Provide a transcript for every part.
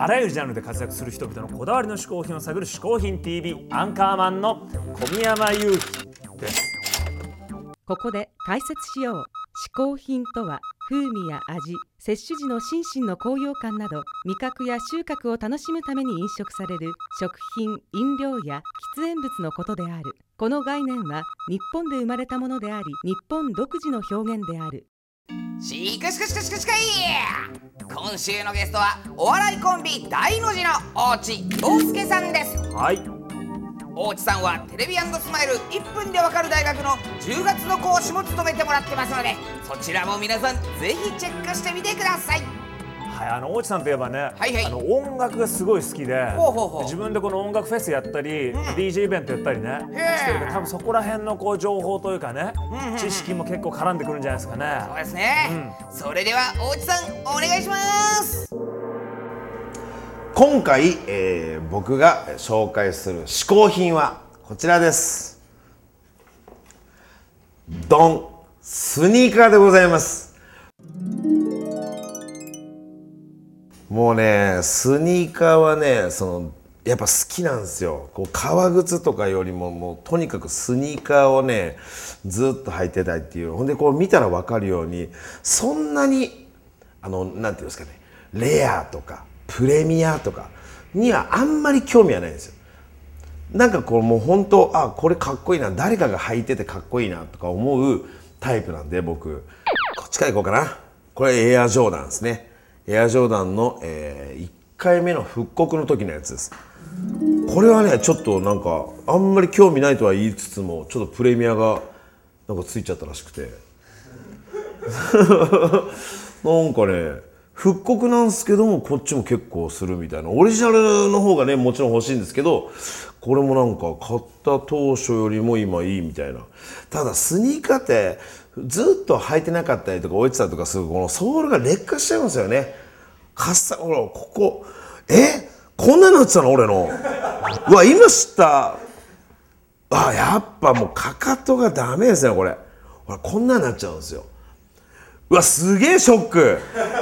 あらゆるジャンルで活躍する人々のこだわりの嗜好品を探る嗜好品 TV アンカーマンの小宮山雄飛です。 ここで解説しよう。嗜好品とは風味や味、摂取時の心身の高揚感など味覚や収穫を楽しむために飲食される食品、飲料や喫煙物のことである。この概念は日本で生まれたものであり、日本独自の表現である。 しかし今週のゲストはお笑いコンビ大の字の大地洋介さんです。 はい、 大地さんはテレビ&スマイル1分でわかる大学の10月の講師も務めてもらってますので、そちらも皆さんぜひチェックしてみてください。 はい、大地さんといえばね、 はいはい、 音楽がすごい好きで、自分でこの音楽フェスやったり、DJ イベントやったりねしてるから、多分そこら辺のこう情報というかね、知識も結構絡んでくるんじゃないですかね。 そうですね、それでは大地さんお願いします。 今回、僕が紹介する嗜好品はこちらです。ドン、スニーカーでございます。もうね、スニーカーはね、やっぱ好きなんですよ。こう革靴とかよりも、もうとにかくスニーカーをねずっと履いてたいっていう。ほんでこう見たら分かるように、そんなになんていうんですかね、レアとかプレミアとかにはあんまり興味はないんですよ。なんかこうもう本当、あ、これかっこいいな、誰かが履いててかっこいいなとか思うタイプなんで、僕こっちからいこうかな。これエアジョーダンですね。エアジョーダンの、1回目の復刻の時のやつです。これはねちょっとなんかあんまり興味ないとは言いつつも、ちょっとプレミアがなんかついちゃったらしくてなんかね復刻なんですけども、こっちも結構するみたいな。オリジナルの方がねもちろん欲しいんですけど、これもなんか買った当初よりも今いいみたいな。ただスニーカーってずっと履いてなかったりとか置いてたりとかする、このソールが劣化しちゃいますよね。ほらここ、こんなになってたの俺の。うわ、今知った。あ、やっぱもうかかとがダメですねこれ。ほらこんなになっちゃうんですよ。うわ、すげえショック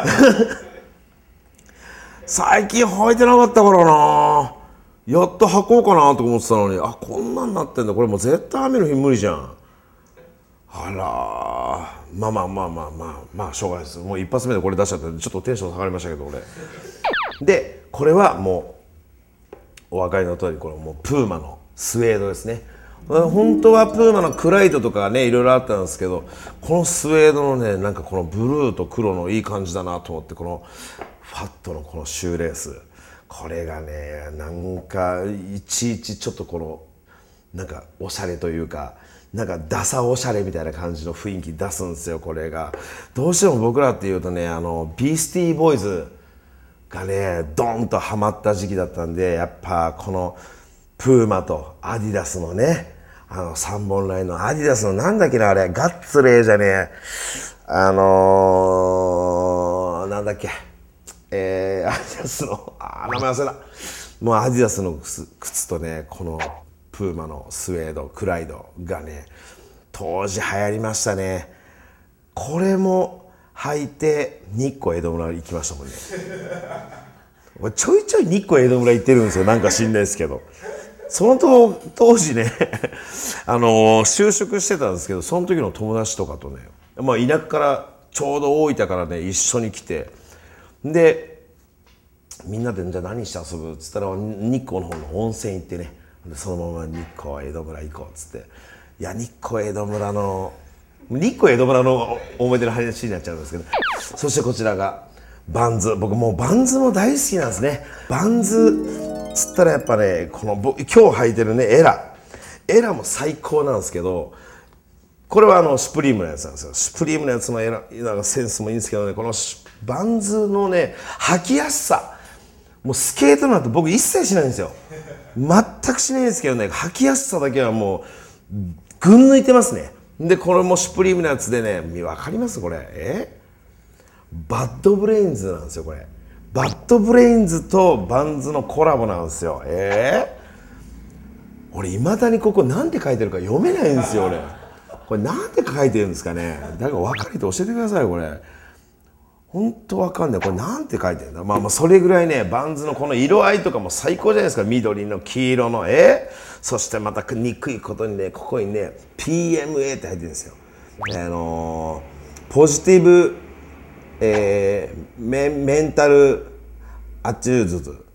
最近履いてなかったからな、やっと履こうかなと思ってたのに、あ、こんなんなってんだ。これもう絶対雨の日無理じゃん。あら、まあしょうがないです。もう一発目でこれ出しちゃったんでちょっとテンション下がりましたけど俺で、これはもうお分かりの通り、これもうプーマのスウェードですね。本当はプーマのクライトとかねいろいろあったんですけど、このスウェードのねなんかこのブルーと黒のいい感じだなと思って、このファットのこのシューレース、これがねなんかいちいちちょっとこのなんかおしゃれというか、なんかダサおしゃれみたいな感じの雰囲気出すんですよ。これがどうしても僕らっていうとね、ビースティーボーイズがねドンとハマった時期だったんで、やっぱこのプーマとアディダスのね、3本ラインのアディダスのなんだっけな、あれガッツレーじゃねえ、なんだっけ、アディダスの名前忘れた。もうアディダスの靴とね、このプーマのスウェードクライドがね当時流行りましたね。これも履いて日光江戸村行きましたもんねちょいちょい日光江戸村行ってるんですよ、なんか知んないですけど。その当時ね就職してたんですけど、その時の友達とかとね、まあ、田舎からちょうど大分からね一緒に来て、でみんなでじゃあ何して遊ぶっつったら、日光の方の温泉行ってね、でそのまま日光江戸村行こうっつって、いや日光江戸村の思い出の話になっちゃうんですけど、そしてこちらがバンズ。僕もうバンズも大好きなんですね。バンズつったらやっぱね、この今日履いてるねエラも最高なんですけど、これはシュプリームのやつなんですよ。シュプリームのやつのなんかセンスもいいんですけどね、このバンズのね履きやすさ、もうスケートなんて僕一切しないんですよ。全くしないんですけどね、履きやすさだけはもう群抜いてますね。でこれもシュプリームのやつでね、分かりますこれ、バッドブレインズなんですよ。これバッドブレインズとバンズのコラボなんですよ。俺いまだにここなんて書いてるか読めないんですよ俺。これなんて書いてるんですかね。誰か分かる人教えてくださいこれ。 ほんとわかんない。これなんて書いてるんだ。まあそれぐらいね、バンズのこの色合いとかも最高じゃないですか。緑の黄色のそしてまた憎いことにね、ここにね PMA って入ってるんですよ。ポジティブ、メンタルアチューズド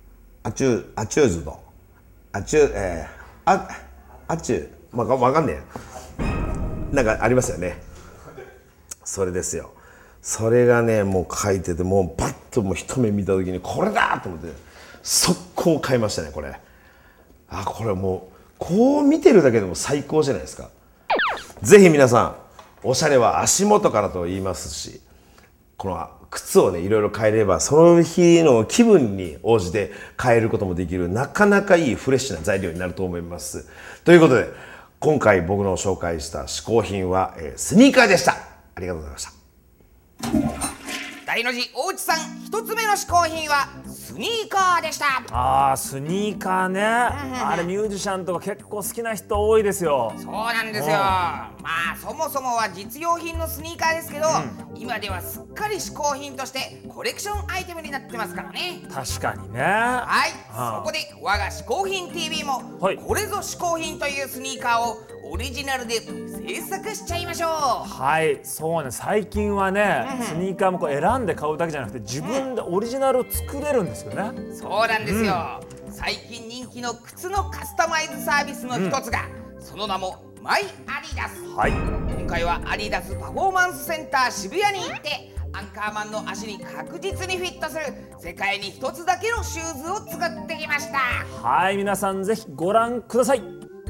わかんねえなんかありますよね。それですよ。それがねもう書いてて、もうバッともう一目見た時にこれだと思って速攻買いましたね。これこれもうこう見てるだけでも最高じゃないですか。ぜひ皆さん、おしゃれは足元からと言いますし、この靴をねいろいろ変えればその日の気分に応じて変えることもできる、なかなかいいフレッシュな材料になると思います。ということで今回僕の紹介した嗜好品は、スニーカーでした。ありがとうございました。 大の字大内さん、一つ目の嗜好品はスニーカーでした。 スニーカーね、あれミュージシャンとか結構好きな人多いですよ。 そうなんですよ。まあそもそもは実用品のスニーカーですけど、今ではすっかり嗜好品としてコレクションアイテムになってますからね。 確かにね。 はい、そこで我が嗜好品 TV も、これぞ嗜好品というスニーカーをオリジナルで制作しちゃいましょう。 はい、そうね。最近はね、スニーカーもこう選んで買うだけじゃなくて自分でオリジナルを作れるんですよね。 そうなんですよ。最近人気の靴のカスタマイズサービスの一つが、その名もマイアディダス。今回はアディダスパフォーマンスセンター渋谷に行って、アンカーマンの足に確実にフィットする世界に一つだけのシューズを作ってきました。 はい、皆さんぜひご覧ください。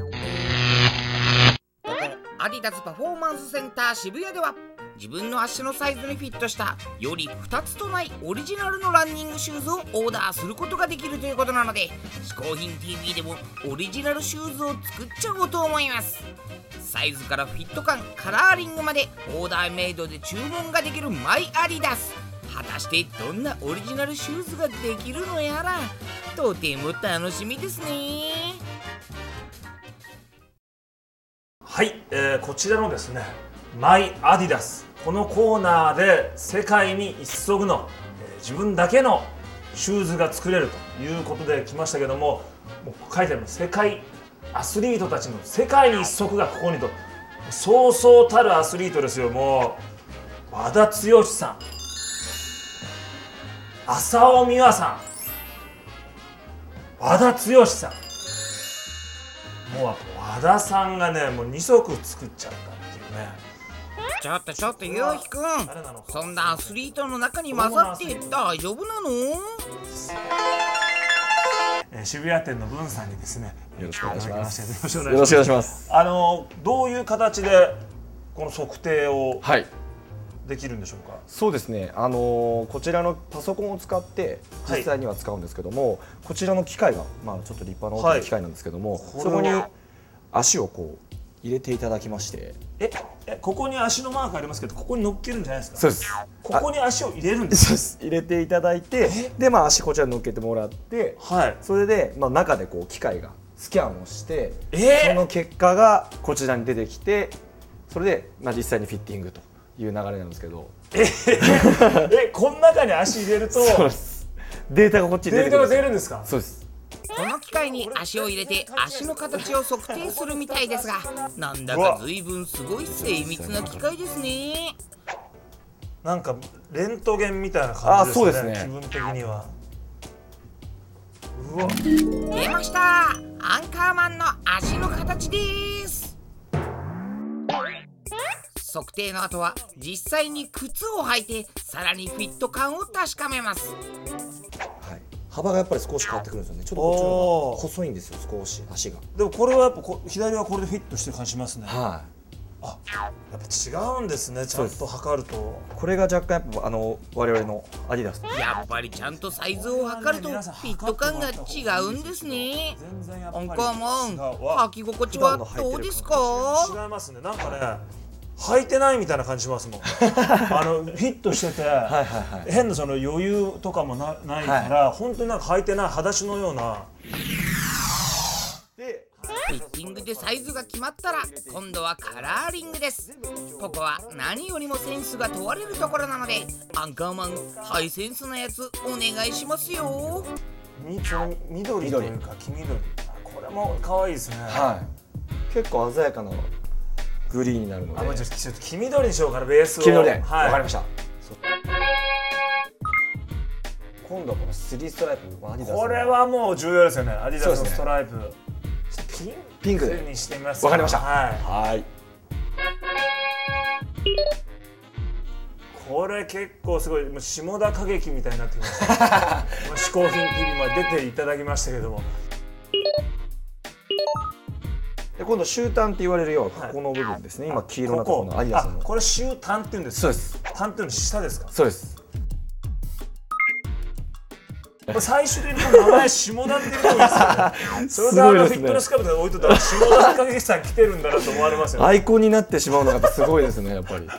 アディダスパフォーマンスセンター渋谷では、自分の足のサイズにフィットしたより2つとないオリジナルのランニングシューズをオーダーすることができるということなので、嗜好品 TV でもオリジナルシューズを作っちゃおうと思います。サイズからフィット感、カラーリングまでオーダーメイドで注文ができるマイアディダス。果たしてどんなオリジナルシューズができるのやら、とても楽しみですね。 はい、こちらのですねマイアディダス、このコーナーで世界に一足の、自分だけのシューズが作れるということで来ましたけども、もう書いてある世界アスリートたちの世界に一足がここにと、そうそうたるアスリートですよ。もう和田剛さん、浅尾美和さん、和田剛さん、もう和田さんがねもう2足作っちゃったっていうね。 ちょっとゆうひくん、そんなアスリートの中に混ざって大丈夫なの？ 渋谷店の文さんにですね、 よろしくお願いします。 よろしくお願いします。どういう形でこの測定をできるんでしょうか？ そうですね、こちらのパソコンを使って実際には使うんですけども、こちらの機械が、ちょっと立派な大きな機械なんですけども、そこに足をこう入れていただきまして、 ここに足のマークありますけど、ここに乗っけるんじゃないですか？ そうです。 ここに足を入れるんですか？ そうです。入れていただいて、で足こちらに乗っけてもらって、それで中でこう機械がスキャンをして、その結果がこちらに出てきて、それで実際にフィッティングという流れなんですけど、 この中に足入れるとそうです。データがこっちに出てくる。 データが出るんですか？ そうです。 この機械に足を入れて足の形を測定するみたいですが、なんだか随分すごい精密な機械ですね。 なんかレントゲンみたいな感じですね。 そうですね。 気分的には。 うわ。出ました。アンカーマンの足の形です。測定の後は実際に靴を履いてさらにフィット感を確かめます。 幅がやっぱり少し変わってくるんですよね。ちょっとこっちの方が細いんですよ、少し足が。 でもこれはやっぱ左はこれでフィットしてる感じしますね。 はい。 やっぱ違うんですね。ちゃんと測ると。 これが若干やっぱ我々のアディダス。 やっぱりちゃんとサイズを測るとフィット感が違うんですね。アンカーマン、履き心地はどうですか？ 違いますね。なんかね、履いてないみたいな感じしますもん。フィットしてて変なその余裕とかもないから、本当になんか履いてない裸足のような。 で、 フィッティングでサイズが決まったら今度はカラーリングです。ここは何よりもセンスが問われるところなので、アンカーマンハイセンスなやつお願いしますよ。 緑というか黄緑、これも可愛いですね。 はい、結構鮮やかなグリーンになるので、 もうちょっと黄緑にしようかな、ベースを。 黄緑で、 はい、 わかりました。今度はこの3ストライプ、アディダスのこれはもう重要ですよね。アディダスのストライプ、 ピンクにしてみます。 わかりました。 はい。 はい。 これ結構すごい、もう下田歌劇みたいになってきました。嗜好品 TV まで出ていただきましたけども。 で今度終端って言われるようなここの部分ですね。今黄色なところのアディダスの。 これ終端って言うんですか。 そうです。 端っていうの下ですか。 そうです。 これ最終的に名前下田って言うといいですよね。それでフィットネスクラブで置いとったら下田歌劇さん来てるんだなと思われますよね。 アイコンになってしまうのがすごいですね、やっぱり。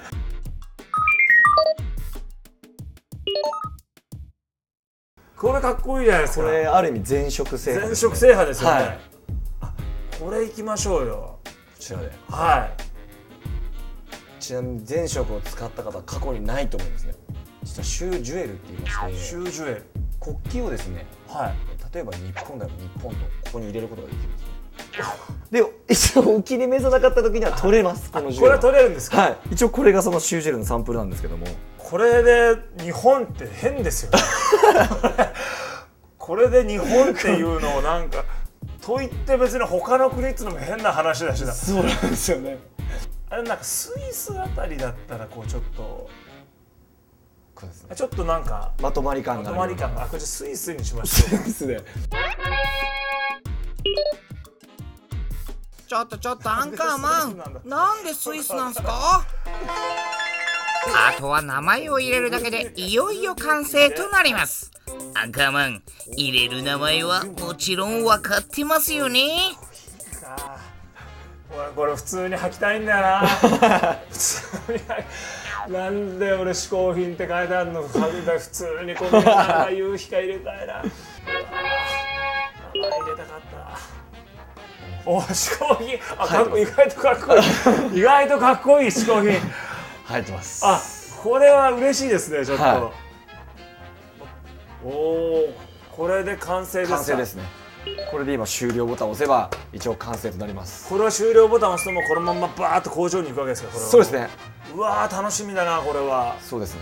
これかっこいいじゃないですか。 これある意味全色制覇、 全色制覇ですよね。 はい、 これいきましょうよ。 こちらで。 はい。 ちなみに全色を使った方は過去にないと思うんですね。実はシュージュエルって言いまして、 シュージュエル、 国旗をですね、 はい、 例えば日本でも日本とここに入れることができるんですね。で一応お気に召さなかった時には取れます。このジュエルこれは取れるんですか。 はい、一応これがそのシュージュエルのサンプルなんですけども、 これで日本って変ですよね。これで日本っていうのをなんかと言って別に他の国っていうのも変な話だしな。 そうなんですよね。 あれなんかスイスあたりだったらこうちょっとそうですね、 ちょっとなんかまとまり感がある。 まとまり感が、これスイスにしましょう。 スイスで。 ちょっとアンカーマン、なんでスイスなんすか。あとは名前を入れるだけでいよいよ完成となります。アンカーマン、入れる名前はもちろん分かってますよね。 これ普通に履きたいんだよな。普通になんで俺嗜好品って書いてあるの。普通にこのなんか夕日が入れたいな。入れたかった。お、嗜好品、意外とかっこいい。意外とかっこいい嗜好品入ってます。 あ、これは嬉しいですね、ちょっと。 はい、 おお、これで完成ですか。 完成ですね。これで今終了ボタンを押せば一応完成となります。 これは終了ボタンを押すともこのままバーッと工場に行くわけですか。これは。 そうですね。 うわー、楽しみだな、これは。 そうですね。